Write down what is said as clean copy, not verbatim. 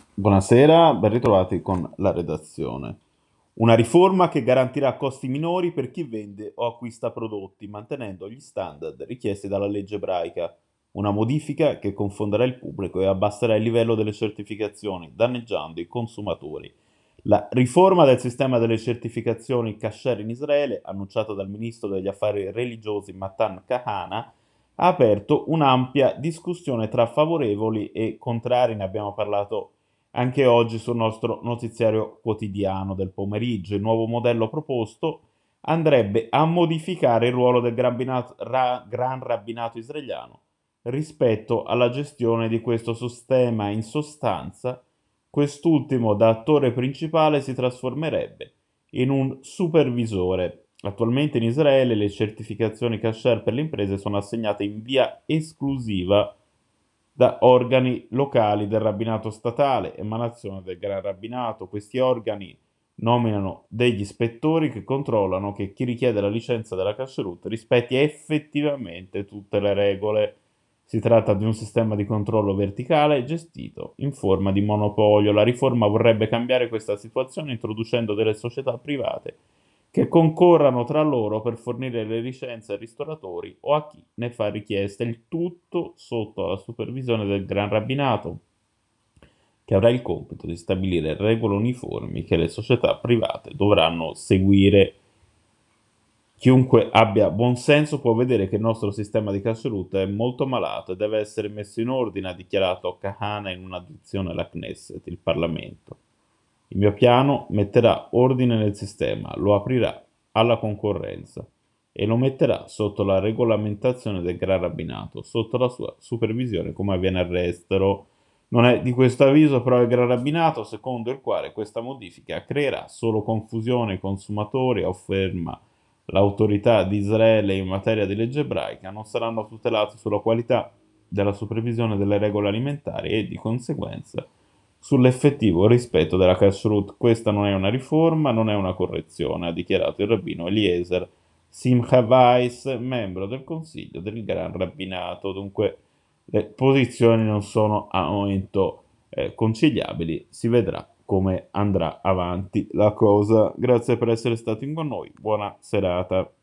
Buonasera, ben ritrovati con la redazione. Una riforma che garantirà costi minori per chi vende o acquista prodotti, mantenendo gli standard richiesti dalla legge ebraica. Una modifica che confonderà il pubblico e abbasserà il livello delle certificazioni, danneggiando i consumatori. La riforma del sistema delle certificazioni kasher in Israele, annunciata dal ministro degli affari religiosi Matan Kahana, ha aperto un'ampia discussione tra favorevoli e contrari, ne abbiamo parlato anche oggi sul nostro notiziario quotidiano del pomeriggio. Il nuovo modello proposto andrebbe a modificare il ruolo del Gran Rabbinato israeliano rispetto alla gestione di questo sistema. In sostanza, quest'ultimo da attore principale si trasformerebbe in un supervisore. Attualmente in Israele le certificazioni kasher per le imprese sono assegnate in via esclusiva da organi locali del rabbinato statale, emanazione del Gran Rabbinato. Questi organi nominano degli ispettori che controllano che chi richiede la licenza della kashrut rispetti effettivamente tutte le regole. Si tratta di un sistema di controllo verticale gestito in forma di monopolio. La riforma vorrebbe cambiare questa situazione introducendo delle società private che concorrano tra loro per fornire le licenze ai ristoratori o a chi ne fa richiesta, il tutto sotto la supervisione del Gran Rabbinato, che avrà il compito di stabilire regole uniformi che le società private dovranno seguire. Chiunque abbia buon senso può vedere che il nostro sistema di kashrut è molto malato e deve essere messo in ordine, ha dichiarato Kahana in un'audizione alla Knesset, il Parlamento. Il mio piano metterà ordine nel sistema, lo aprirà alla concorrenza e lo metterà sotto la regolamentazione del Gran Rabbinato, sotto la sua supervisione come avviene all'estero. Non è di questo avviso però il Gran Rabbinato, secondo il quale questa modifica creerà solo confusione ai consumatori, afferma l'autorità di Israele in materia di legge ebraica, non saranno tutelati sulla qualità della supervisione delle regole alimentari e di conseguenza sull'effettivo rispetto della kashrut. Questa non è una riforma, non è una correzione, ha dichiarato il rabbino Eliezer Simcha Weiss, membro del Consiglio del Gran Rabbinato. Dunque le posizioni non sono al momento conciliabili, si vedrà come andrà avanti la cosa. Grazie per essere stati con noi, buona serata.